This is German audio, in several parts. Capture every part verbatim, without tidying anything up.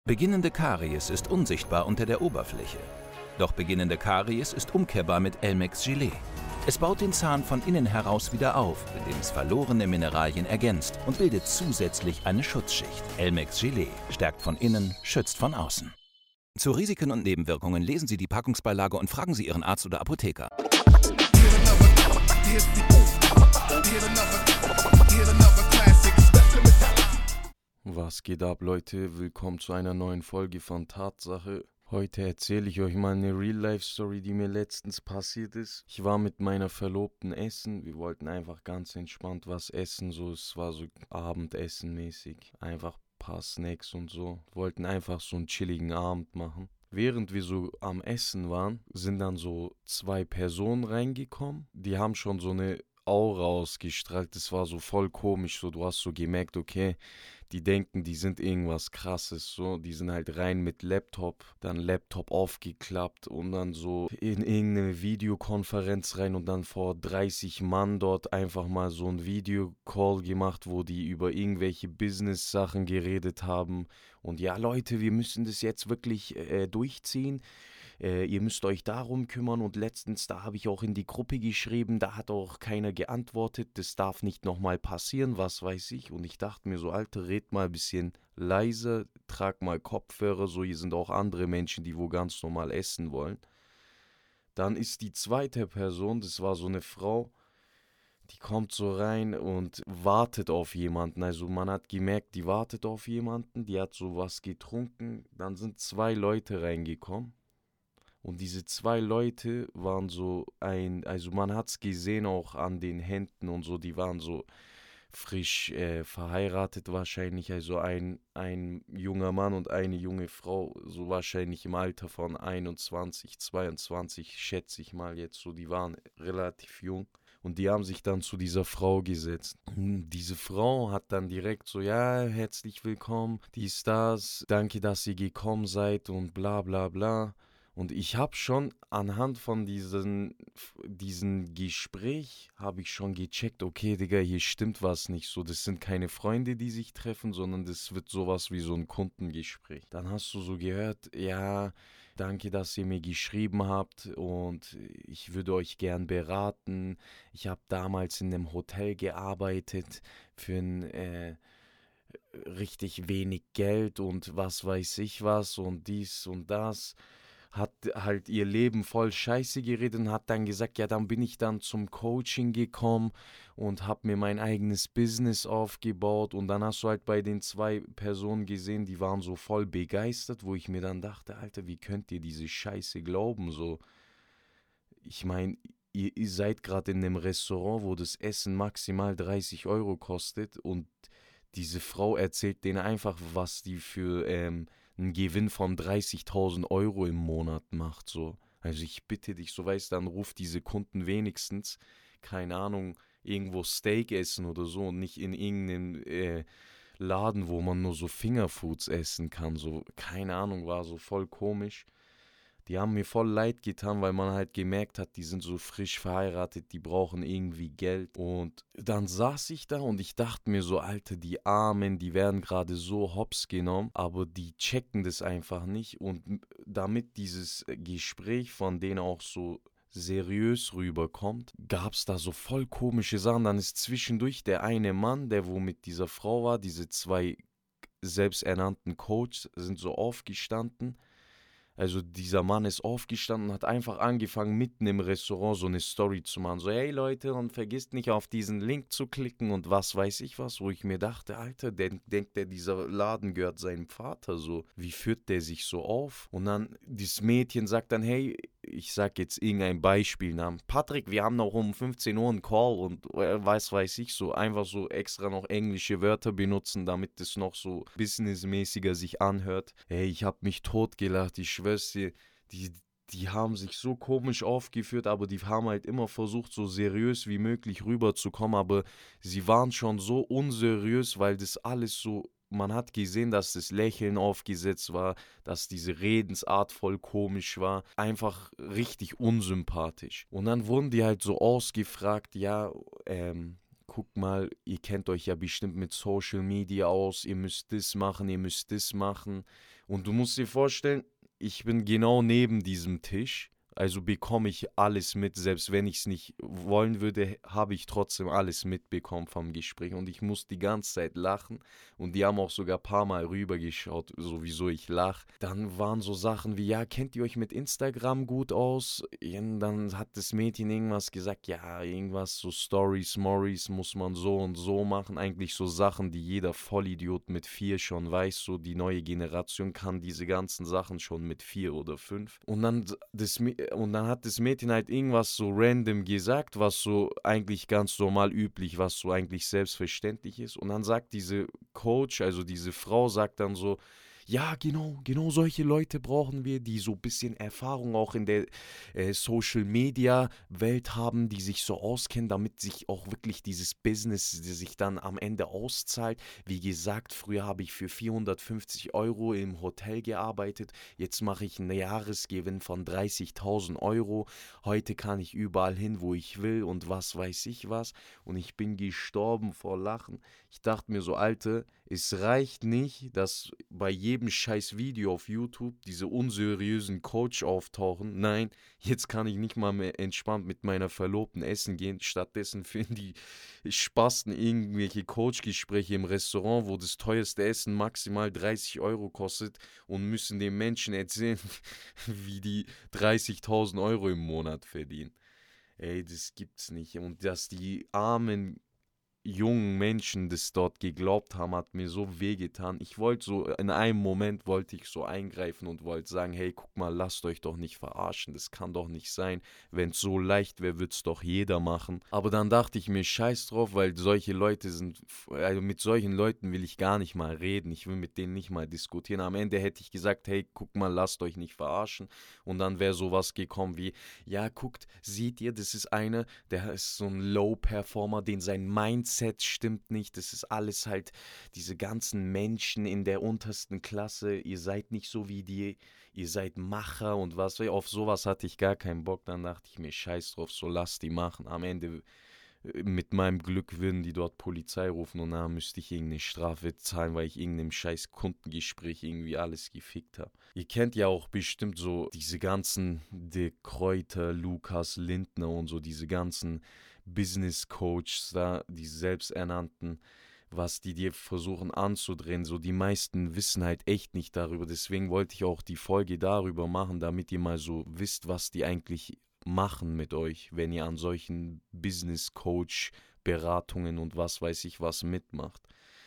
Beginnende Karies ist unsichtbar unter der Oberfläche. Doch beginnende Karies ist umkehrbar mit Elmex Gelee. Es baut den Zahn von innen heraus wieder auf, indem es verlorene Mineralien ergänzt und bildet zusätzlich eine Schutzschicht. Elmex Gelee stärkt von innen, schützt von außen. Zu Risiken und Nebenwirkungen lesen Sie die Packungsbeilage und fragen Sie Ihren Arzt oder Apotheker. Was geht ab, Leute? Willkommen zu einer neuen Folge von Tatsache. Heute erzähle ich euch mal eine Real-Life-Story, die mir letztens passiert ist. Ich war mit meiner Verlobten essen. Wir wollten einfach ganz entspannt was essen. So, es war so Abendessen-mäßig. Einfach ein paar Snacks und so. Wir wollten einfach so einen chilligen Abend machen. Während wir so am Essen waren, sind dann so zwei Personen reingekommen. Die haben schon so eine Aura ausgestrahlt. Das war so voll komisch. So, du hast so gemerkt, okay, die denken, die sind irgendwas Krasses, so, die sind halt rein mit Laptop, dann Laptop aufgeklappt und dann so in irgendeine Videokonferenz rein und dann vor dreißig Mann dort einfach mal so ein Videocall gemacht, wo die über irgendwelche Business-Sachen geredet haben und ja, Leute, wir müssen das jetzt wirklich äh, durchziehen. Äh, ihr müsst euch darum kümmern und letztens, da habe ich auch in die Gruppe geschrieben, da hat auch keiner geantwortet, das darf nicht nochmal passieren, was weiß ich. Und ich dachte mir so, Alter, red mal ein bisschen leiser, trag mal Kopfhörer, so hier sind auch andere Menschen, die wo ganz normal essen wollen. Dann ist die zweite Person, das war so eine Frau, die kommt so rein und wartet auf jemanden. Also man hat gemerkt, die wartet auf jemanden, die hat so was getrunken. Dann sind zwei Leute reingekommen. Und diese zwei Leute waren so ein, also man hat es gesehen auch an den Händen und so, die waren so frisch äh, verheiratet wahrscheinlich, also ein, ein junger Mann und eine junge Frau, so wahrscheinlich im Alter von einundzwanzig, zweiundzwanzig, schätze ich mal jetzt so, die waren relativ jung. Und die haben sich dann zu dieser Frau gesetzt. Diese Frau hat dann direkt so, ja, herzlich willkommen, dies, das, danke, dass ihr gekommen seid und bla bla bla. Und ich habe schon anhand von diesen, diesen Gespräch, habe ich schon gecheckt, okay, Digga, hier stimmt was nicht so. Das sind keine Freunde, die sich treffen, sondern das wird sowas wie so ein Kundengespräch. Dann hast du so gehört, ja, danke, dass ihr mir geschrieben habt und ich würde euch gern beraten. Ich habe damals in einem Hotel gearbeitet für ein... Äh, richtig wenig Geld und was weiß ich was und dies und das, hat halt ihr Leben voll Scheiße geredet und hat dann gesagt, ja, dann bin ich dann zum Coaching gekommen und habe mir mein eigenes Business aufgebaut und dann hast du halt bei den zwei Personen gesehen, die waren so voll begeistert, wo ich mir dann dachte, Alter, wie könnt ihr diese Scheiße glauben, so, ich meine, ihr, ihr seid gerade in einem Restaurant, wo das Essen maximal dreißig Euro kostet und diese Frau erzählt denen einfach, was die für ähm, einen Gewinn von dreißigtausend Euro im Monat macht. So. Also ich bitte dich, so weißt, dann ruft diese Kunden wenigstens, keine Ahnung, irgendwo Steak essen oder so und nicht in irgendeinen äh, Laden, wo man nur so Fingerfoods essen kann. So, keine Ahnung, war so voll komisch. Die haben mir voll leid getan, weil man halt gemerkt hat, die sind so frisch verheiratet, die brauchen irgendwie Geld. Und dann saß ich da und ich dachte mir so, Alter, die Armen, die werden gerade so hops genommen, aber die checken das einfach nicht. Und damit dieses Gespräch von denen auch so seriös rüberkommt, gab es da so voll komische Sachen. Dann ist zwischendurch der eine Mann, der wo mit dieser Frau war, diese zwei selbsternannten Coaches sind so aufgestanden. Also dieser Mann ist aufgestanden und hat einfach angefangen, mitten im Restaurant so eine Story zu machen. So, hey Leute, und vergisst nicht auf diesen Link zu klicken und was weiß ich was, wo ich mir dachte, Alter, denk, denkt der, dieser Laden gehört seinem Vater so. Wie führt der sich so auf? Und dann, dieses Mädchen sagt dann, hey, ich sag jetzt irgendein Beispielnamen. Patrick, wir haben noch um fünfzehn Uhr einen Call und äh, weiß, weiß ich so. Einfach so extra noch englische Wörter benutzen, damit es noch so businessmäßiger sich anhört. Hey, ich hab mich totgelacht, ich schwör's dir. Die, die haben sich so komisch aufgeführt, aber die haben halt immer versucht, so seriös wie möglich rüberzukommen. Aber sie waren schon so unseriös, weil das alles so... Man hat gesehen, dass das Lächeln aufgesetzt war, dass diese Redensart voll komisch war. Einfach richtig unsympathisch. Und dann wurden die halt so ausgefragt, ja, ähm, guck mal, ihr kennt euch ja bestimmt mit Social Media aus, ihr müsst das machen, ihr müsst das machen. Und du musst dir vorstellen, ich bin genau neben diesem Tisch, also bekomme ich alles mit, selbst wenn ich es nicht wollen würde, habe ich trotzdem alles mitbekommen vom Gespräch und ich muss die ganze Zeit lachen und die haben auch sogar ein paar Mal rübergeschaut, sowieso ich lache. Dann waren so Sachen wie, ja, kennt ihr euch mit Instagram gut aus? Und dann hat das Mädchen irgendwas gesagt, ja, irgendwas, so Stories, Morries muss man so und so machen, eigentlich so Sachen, die jeder Vollidiot mit vier schon weiß, so die neue Generation kann diese ganzen Sachen schon mit vier oder fünf. Und dann das und dann hat das Mädchen halt irgendwas so random gesagt, was so eigentlich ganz normal üblich, was so eigentlich selbstverständlich ist. Und dann sagt diese Coach, also diese Frau, sagt dann so, ja, genau, genau solche Leute brauchen wir, die so ein bisschen Erfahrung auch in der äh, Social-Media-Welt haben, die sich so auskennen, damit sich auch wirklich dieses Business sich dann am Ende auszahlt. Wie gesagt, früher habe ich für vierhundertfünfzig Euro im Hotel gearbeitet, jetzt mache ich einen Jahresgewinn von dreißigtausend Euro. Heute kann ich überall hin, wo ich will und was weiß ich was. Und ich bin gestorben vor Lachen. Ich dachte mir so, Alte, es reicht nicht, dass bei jedem scheiß Video auf YouTube diese unseriösen Coach auftauchen. Nein, jetzt kann ich nicht mal mehr entspannt mit meiner Verlobten essen gehen. Stattdessen finden die Spasten irgendwelche Coach-Gespräche im Restaurant, wo das teuerste Essen maximal dreißig Euro kostet und müssen den Menschen erzählen, wie die dreißigtausend Euro im Monat verdienen. Ey, das gibt's nicht. Und dass die armen jungen Menschen das dort geglaubt haben, hat mir so wehgetan. Ich wollte so, in einem Moment wollte ich so eingreifen und wollte sagen, hey, guck mal, lasst euch doch nicht verarschen, das kann doch nicht sein. Wenn es so leicht wäre, würde es doch jeder machen. Aber dann dachte ich mir, scheiß drauf, weil solche Leute sind, also mit solchen Leuten will ich gar nicht mal reden, ich will mit denen nicht mal diskutieren. Am Ende hätte ich gesagt, hey, guck mal, lasst euch nicht verarschen. Und dann wäre sowas gekommen wie, ja, guckt, seht ihr, das ist einer, der ist so ein Low-Performer, den sein Mindset stimmt nicht, das ist alles halt diese ganzen Menschen in der untersten Klasse, ihr seid nicht so wie die, ihr seid Macher und was, auf sowas hatte ich gar keinen Bock, dann dachte ich mir, scheiß drauf, so lass die machen, am Ende mit meinem Glück würden die dort Polizei rufen und dann müsste ich irgendeine Strafe zahlen, weil ich irgendeinem scheiß Kundengespräch irgendwie alles gefickt habe. Ihr kennt ja auch bestimmt so diese ganzen De Kräuter, Lukas Lindner und so diese ganzen Business Coaches da, die selbsternannten, was die dir versuchen anzudrehen. So die meisten wissen halt echt nicht darüber. Deswegen wollte ich auch die Folge darüber machen, damit ihr mal so wisst, was die eigentlich machen mit euch, wenn ihr an solchen Business Coach Beratungen und was weiß ich was mitmacht.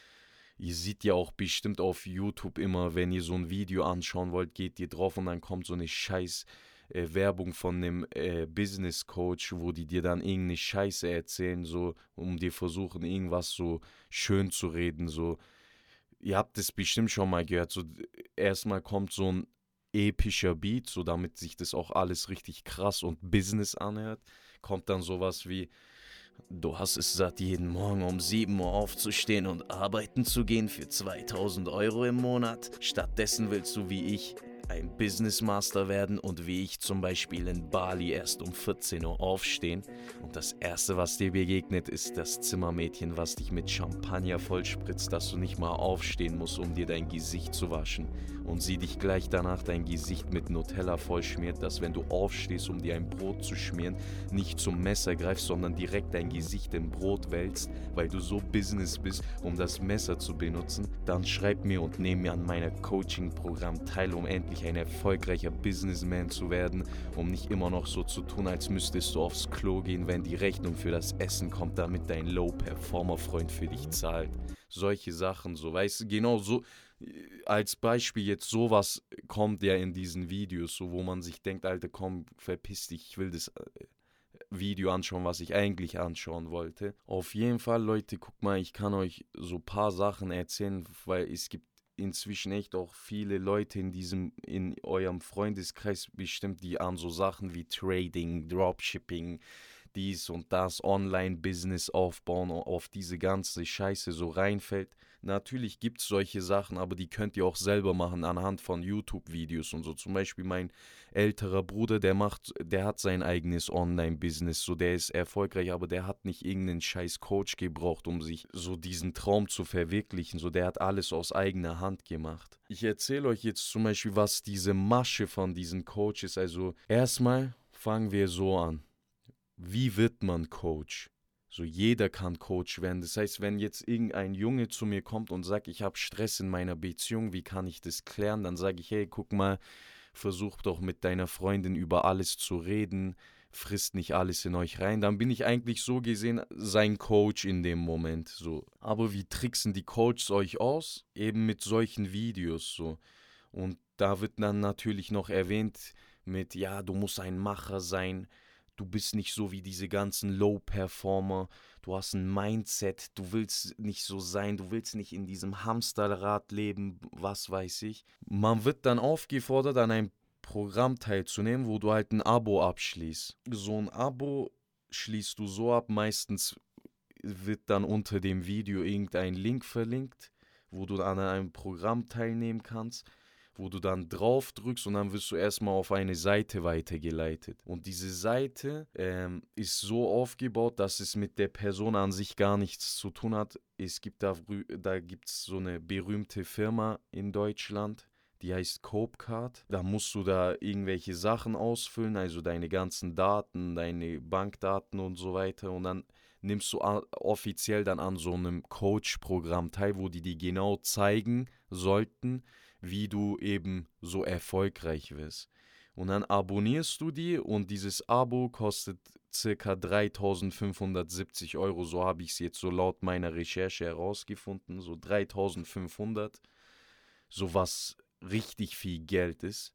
Ihr seht ja auch bestimmt auf YouTube immer, wenn ihr so ein Video anschauen wollt, geht ihr drauf und dann kommt so eine scheiß äh, Werbung von einem äh, Business Coach, wo die dir dann irgendeine Scheiße erzählen, so, um dir versuchen, irgendwas so schön zu reden, so. Ihr habt es bestimmt schon mal gehört, so erstmal kommt so ein epischer Beat, so damit sich das auch alles richtig krass und Business anhört, kommt dann sowas wie: Du hast es satt, jeden Morgen um sieben Uhr aufzustehen und arbeiten zu gehen für zweitausend Euro im Monat. Stattdessen willst du wie ich ein Business Master werden und wie ich zum Beispiel in Bali erst um vierzehn Uhr aufstehen. Und das Erste, was dir begegnet, ist das Zimmermädchen, was dich mit Champagner vollspritzt, dass du nicht mal aufstehen musst, um dir dein Gesicht zu waschen. Und sie dich gleich danach dein Gesicht mit Nutella vollschmiert, dass wenn du aufstehst, um dir ein Brot zu schmieren, nicht zum Messer greifst, sondern direkt dein Gesicht im Brot wälzt, weil du so Business bist, um das Messer zu benutzen. Dann schreib mir und nehme mir an meiner Coaching-Programm teil, um endlich ein erfolgreicher Businessman zu werden, um nicht immer noch so zu tun, als müsstest du aufs Klo gehen, wenn die Rechnung für das Essen kommt, damit dein Low-Performer-Freund für dich zahlt. Solche Sachen, so, weißt du, genau so, als Beispiel jetzt sowas kommt ja in diesen Videos, so, wo man sich denkt, Alter, komm, verpiss dich, ich will das Video anschauen, was ich eigentlich anschauen wollte. Auf jeden Fall, Leute, guck mal, ich kann euch so ein paar Sachen erzählen, weil es gibt inzwischen echt auch viele Leute in diesem, in eurem Freundeskreis bestimmt, die an so Sachen wie Trading, Dropshipping, dies und das, Online-Business aufbauen, auf diese ganze Scheiße so reinfällt. Natürlich gibt es solche Sachen, aber die könnt ihr auch selber machen anhand von YouTube-Videos und so. Zum Beispiel mein älterer Bruder, der macht, der hat sein eigenes Online-Business, so der ist erfolgreich, aber der hat nicht irgendeinen scheiß Coach gebraucht, um sich so diesen Traum zu verwirklichen. So, der hat alles aus eigener Hand gemacht. Ich erzähle euch jetzt zum Beispiel, was diese Masche von diesen Coaches, also erstmal fangen wir so an. Wie wird man Coach? So, jeder kann Coach werden. Das heißt, wenn jetzt irgendein Junge zu mir kommt und sagt, ich habe Stress in meiner Beziehung, wie kann ich das klären? Dann sage ich, hey, guck mal, versuch doch mit deiner Freundin über alles zu reden, frisst nicht alles in euch rein. Dann bin ich eigentlich so gesehen sein Coach in dem Moment. So. Aber wie tricksen die Coaches euch aus? Eben mit solchen Videos so. Und da wird dann natürlich noch erwähnt mit, ja, du musst ein Macher sein. Du bist nicht so wie diese ganzen Low-Performer. Du hast ein Mindset. Du willst nicht so sein. Du willst nicht in diesem Hamsterrad leben, was weiß ich. Man wird dann aufgefordert, an einem Programm teilzunehmen, wo du halt ein Abo abschließt. So ein Abo schließt du so ab. Meistens wird dann unter dem Video irgendein Link verlinkt, wo du an einem Programm teilnehmen kannst, wo du dann drauf drückst und dann wirst du erstmal auf eine Seite weitergeleitet. Und diese Seite ähm, ist so aufgebaut, dass es mit der Person an sich gar nichts zu tun hat. Es gibt da, da gibt's so eine berühmte Firma in Deutschland, die heißt Copecard. Da musst du da irgendwelche Sachen ausfüllen, also deine ganzen Daten, deine Bankdaten und so weiter. Und dann nimmst du offiziell dann an so einem Coach-Programm teil, wo die dir genau zeigen sollten, wie du eben so erfolgreich wirst. Und dann abonnierst du die und dieses Abo kostet ca. dreitausendfünfhundertsiebzig Euro. So habe ich es jetzt so laut meiner Recherche herausgefunden. So dreitausendfünfhundert. So was richtig viel Geld ist.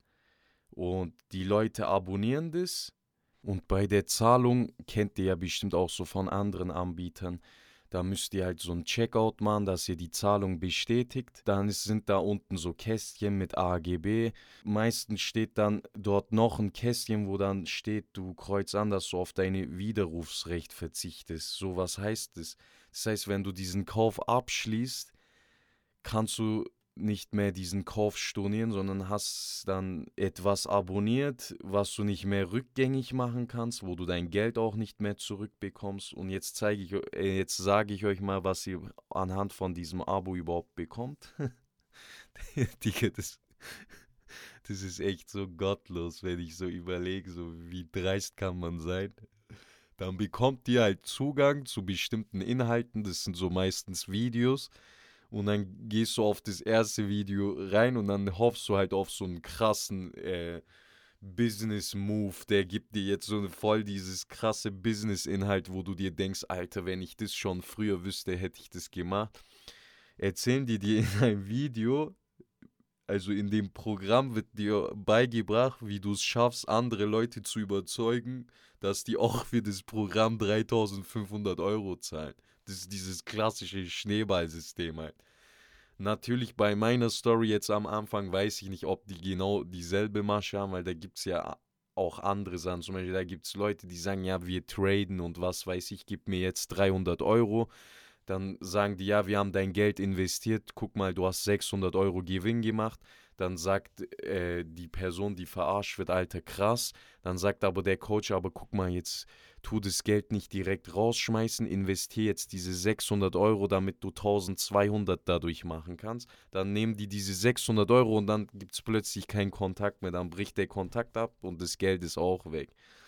Und die Leute abonnieren das. Und bei der Zahlung kennt ihr ja bestimmt auch so von anderen Anbietern. Da müsst ihr halt so ein Checkout machen, dass ihr die Zahlung bestätigt. Dann sind da unten so Kästchen mit A G B. Meistens steht dann dort noch ein Kästchen, wo dann steht, du kreuzt an, dass du auf deine Widerrufsrecht verzichtest. So, was heißt das? Das heißt, wenn du diesen Kauf abschließt, kannst du nicht mehr diesen Kauf stornieren, sondern hast dann etwas abonniert, was du nicht mehr rückgängig machen kannst, wo du dein Geld auch nicht mehr zurückbekommst. Und jetzt zeige ich, äh, jetzt sage ich euch mal, was ihr anhand von diesem Abo überhaupt bekommt. Digga, das, das ist echt so gottlos, wenn ich so überlege, so wie dreist kann man sein. Dann bekommt ihr halt Zugang zu bestimmten Inhalten, das sind so meistens Videos. Und dann gehst du auf das erste Video rein und dann hoffst du halt auf so einen krassen äh, Business-Move. Der gibt dir jetzt so voll dieses krasse Business-Inhalt, wo du dir denkst, Alter, wenn ich das schon früher wüsste, hätte ich das gemacht. Erzählen die dir in einem Video, also in dem Programm wird dir beigebracht, wie du es schaffst, andere Leute zu überzeugen, dass die auch für das Programm dreitausendfünfhundert Euro zahlen. Das ist dieses klassische Schneeballsystem halt. Natürlich bei meiner Story jetzt am Anfang weiß ich nicht, ob die genau dieselbe Masche haben, weil da gibt es ja auch andere Sachen. Zum Beispiel da gibt es Leute, die sagen, ja, wir traden und was weiß ich, gib mir jetzt dreihundert Euro. Dann sagen die, ja, wir haben dein Geld investiert, guck mal, du hast sechshundert Euro Gewinn gemacht. Dann sagt äh, die Person, die verarscht wird, Alter, krass. Dann sagt aber der Coach, aber guck mal, jetzt tu das Geld nicht direkt rausschmeißen, investier jetzt diese sechshundert Euro, damit du eintausendzweihundert dadurch machen kannst. Dann nehmen die diese sechshundert Euro und dann gibt es plötzlich keinen Kontakt mehr. Dann bricht der Kontakt ab und das Geld ist auch weg.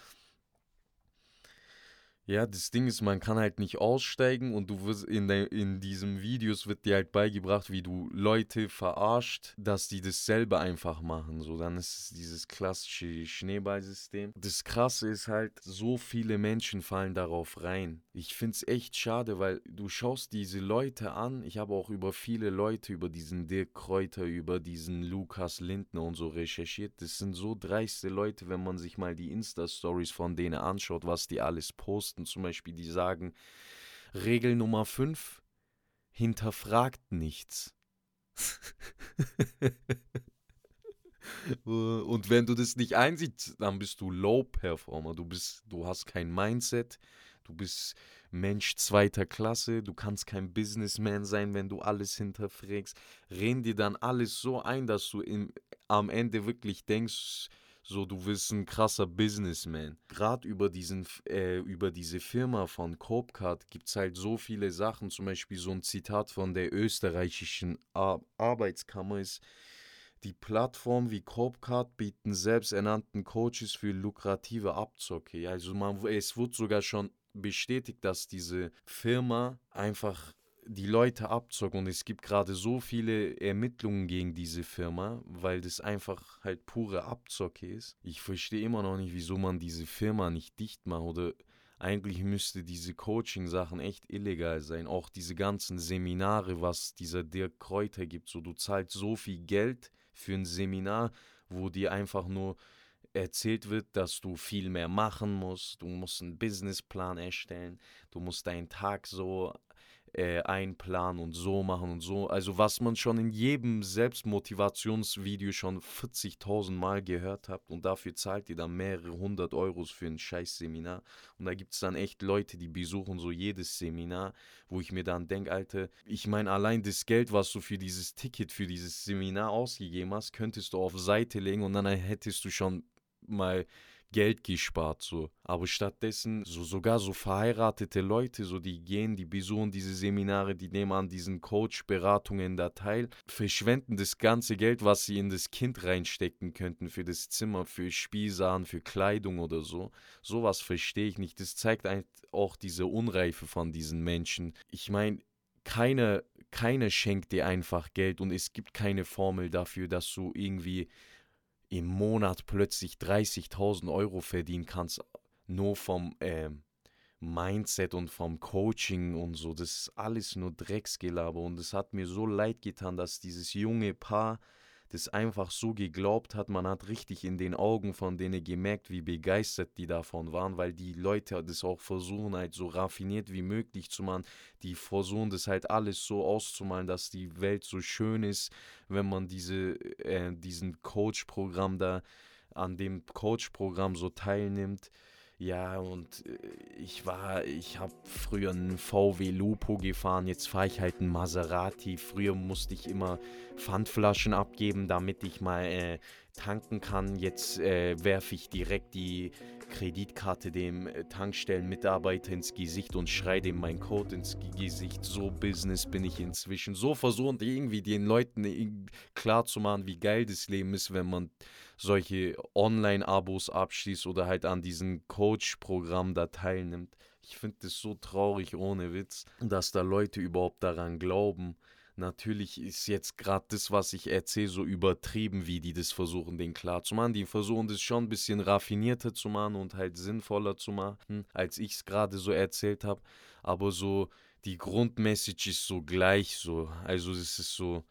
Ja, das Ding ist, man kann halt nicht aussteigen und du wirst in, de, in diesen Videos wird dir halt beigebracht, wie du Leute verarscht, dass die das selber einfach machen. So, dann ist es dieses klassische Schneeballsystem. Das Krasse ist halt, so viele Menschen fallen darauf rein. Ich find's echt schade, weil du schaust diese Leute an. Ich habe auch über viele Leute, über diesen Dirk Kräuter, über diesen Lukas Lindner und so recherchiert. Das sind so dreiste Leute, wenn man sich mal die Insta-Stories von denen anschaut, was die alles posten. Zum Beispiel, die sagen, Regel Nummer fünf, hinterfragt nichts. Und wenn du das nicht einsiehst, dann bist du Low-Performer. Du bist, du hast kein Mindset, du bist Mensch zweiter Klasse, du kannst kein Businessman sein, wenn du alles hinterfragst. Reden dir dann alles so ein, dass du im, am Ende wirklich denkst, so du bist ein krasser Businessman. Gerade über diesen, äh, über diese Firma von Copecard gibt es halt so viele Sachen. Zum Beispiel so ein Zitat von der österreichischen Ar- Arbeitskammer ist: Die Plattformen wie Copecard bieten selbsternannten Coaches für lukrative Abzocke. Ja, also man, es wurde sogar schon bestätigt, dass diese Firma einfach die Leute abzockt, und es gibt gerade so viele Ermittlungen gegen diese Firma, weil das einfach halt pure Abzocke ist. Ich verstehe immer noch nicht, wieso man diese Firma nicht dicht macht, oder eigentlich müsste diese Coaching-Sachen echt illegal sein. Auch diese ganzen Seminare, was dieser Dirk Kräuter gibt, so du zahlst so viel Geld für ein Seminar, wo dir einfach nur erzählt wird, dass du viel mehr machen musst. Du musst einen Businessplan erstellen, du musst deinen Tag so äh, einplanen und so machen und so. Also was man schon in jedem Selbstmotivationsvideo schon vierzigtausend Mal gehört hat, und dafür zahlt ihr dann mehrere hundert Euros für ein scheiß Seminar. Und da gibt es dann echt Leute, die besuchen so jedes Seminar, wo ich mir dann denke, Alter, ich meine, allein das Geld, was du für dieses Ticket, für dieses Seminar ausgegeben hast, könntest du auf Seite legen, und dann hättest du schon mal Geld gespart, so. Aber stattdessen, so sogar so verheiratete Leute, so die gehen, die besuchen diese Seminare, die nehmen an diesen Coach-Beratungen da teil, verschwenden das ganze Geld, was sie in das Kind reinstecken könnten, für das Zimmer, für Spielsachen, für Kleidung oder so. Sowas verstehe ich nicht. Das zeigt halt auch diese Unreife von diesen Menschen. Ich meine, keiner, keiner schenkt dir einfach Geld, und es gibt keine Formel dafür, dass du irgendwie im Monat plötzlich dreißigtausend Euro verdienen kannst, nur vom ähm, Mindset und vom Coaching und so. Das ist alles nur Drecksgelaber, und es hat mir so leid getan, dass dieses junge Paar das einfach so geglaubt hat. Man hat richtig in den Augen von denen gemerkt, wie begeistert die davon waren, weil die Leute das auch versuchen halt so raffiniert wie möglich zu machen. Die versuchen das halt alles so auszumalen, dass die Welt so schön ist, wenn man diese, äh, diesen Coach-Programm da, an dem Coach-Programm so teilnimmt. Ja, und äh, ich war, ich habe früher einen V W Lupo gefahren, jetzt fahre ich halt einen Maserati. Früher musste ich immer Pfandflaschen abgeben, damit ich mal äh, tanken kann. Jetzt äh, werfe ich direkt die Kreditkarte dem äh, Tankstellenmitarbeiter ins Gesicht und schreie dem mein Code ins G- Gesicht. So Business bin ich inzwischen. So versuchen die irgendwie den Leuten klarzumachen, wie geil das Leben ist, wenn man solche Online-Abos abschließt oder halt an diesem Coach-Programm da teilnimmt. Ich finde das so traurig, ohne Witz, dass da Leute überhaupt daran glauben. Natürlich ist jetzt gerade das, was ich erzähle, so übertrieben, wie die das versuchen, den klar zu machen. Die versuchen das schon ein bisschen raffinierter zu machen und halt sinnvoller zu machen, als ich es gerade so erzählt habe. Aber so die Grundmessage ist so gleich so. Also es ist so,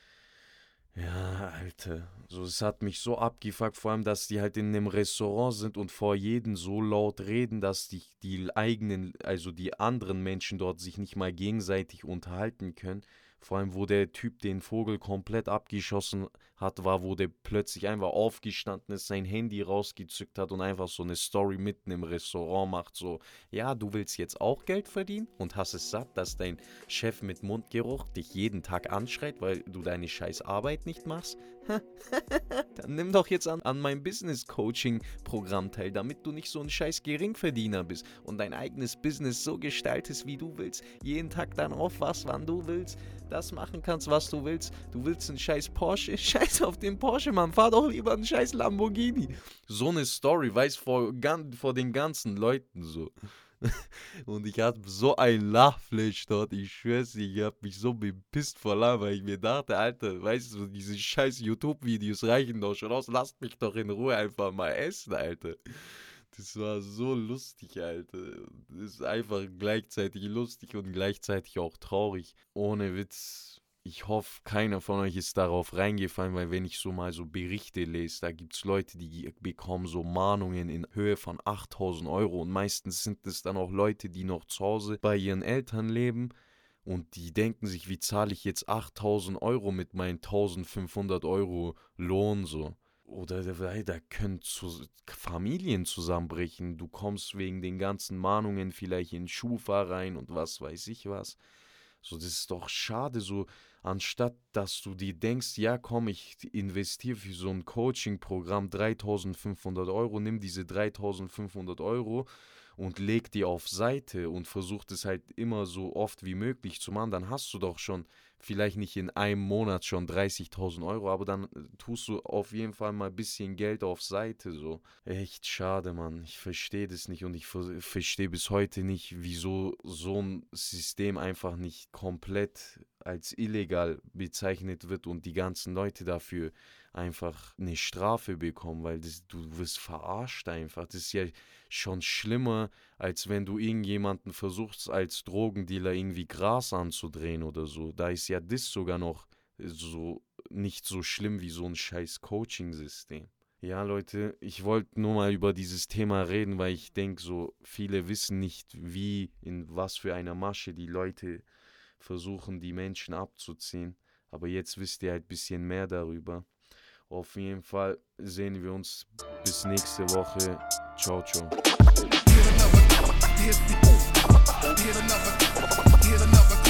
ja, Alter. So, es hat mich so abgefuckt, vor allem, dass die halt in einem Restaurant sind und vor jedem so laut reden, dass die, die eigenen, also die anderen Menschen dort sich nicht mal gegenseitig unterhalten können. Vor allem, wo der Typ den Vogel komplett abgeschossen hat, war, wo der plötzlich einfach aufgestanden ist, sein Handy rausgezückt hat und einfach so eine Story mitten im Restaurant macht. So, ja, du willst jetzt auch Geld verdienen und hast es satt, dass dein Chef mit Mundgeruch dich jeden Tag anschreit, weil du deine scheiß Arbeit nicht machst? Dann nimm doch jetzt an, an meinem Business-Coaching-Programm teil, damit du nicht so ein scheiß Geringverdiener bist und dein eigenes Business so gestaltest, wie du willst. Jeden Tag dann aufwachst, wann du willst, das machen kannst, was du willst. Du willst einen scheiß Porsche? Scheiß auf den Porsche, Mann. Fahr doch lieber einen scheiß Lamborghini. So eine Story, weiß vor, vor den ganzen Leuten so. Und ich hatte so ein Lachflash dort, ich schwör's dir, ich hab mich so bepisst vor Lachen, weil ich mir dachte, Alter, weißt du, diese scheiß YouTube-Videos reichen doch schon aus, lasst mich doch in Ruhe einfach mal essen, Alter. Das war so lustig, Alter. Das ist einfach gleichzeitig lustig und gleichzeitig auch traurig. Ohne Witz. Ich hoffe, keiner von euch ist darauf reingefallen, weil wenn ich so mal so Berichte lese, da gibt es Leute, die bekommen so Mahnungen in Höhe von achttausend Euro, und meistens sind es dann auch Leute, die noch zu Hause bei ihren Eltern leben, und die denken sich, wie zahle ich jetzt achttausend Euro mit meinen eintausendfünfhundert Euro Lohn so. oder da, da können zu, Familien zusammenbrechen. Du kommst wegen den ganzen Mahnungen vielleicht in Schufa rein und was weiß ich was. So, das ist doch schade, so anstatt dass du dir denkst, ja komm, ich investiere für so ein Coaching-Programm dreitausendfünfhundert Euro, nimm diese dreitausendfünfhundert Euro und leg die auf Seite und versuch das halt immer so oft wie möglich zu machen, dann hast du doch schon vielleicht nicht in einem Monat schon dreißigtausend Euro, aber dann äh, tust du auf jeden Fall mal ein bisschen Geld auf Seite, so. Echt schade, Mann. Ich verstehe das nicht und ich ver verstehe bis heute nicht, wieso so ein System einfach nicht komplett als illegal bezeichnet wird und die ganzen Leute dafür einfach eine Strafe bekommen, weil das, du wirst verarscht einfach. Das ist ja schon schlimmer, als wenn du irgendjemanden versuchst, als Drogendealer irgendwie Gras anzudrehen oder so. Da ist ja das sogar noch so nicht so schlimm wie so ein scheiß Coaching-System. Ja, Leute, ich wollte nur mal über dieses Thema reden, weil ich denke, so viele wissen nicht, wie, in was für einer Masche die Leute versuchen, die Menschen abzuziehen. Aber jetzt wisst ihr halt ein bisschen mehr darüber. Auf jeden Fall sehen wir uns bis nächste Woche. Ciao, ciao. Here's another, here's another, here's another.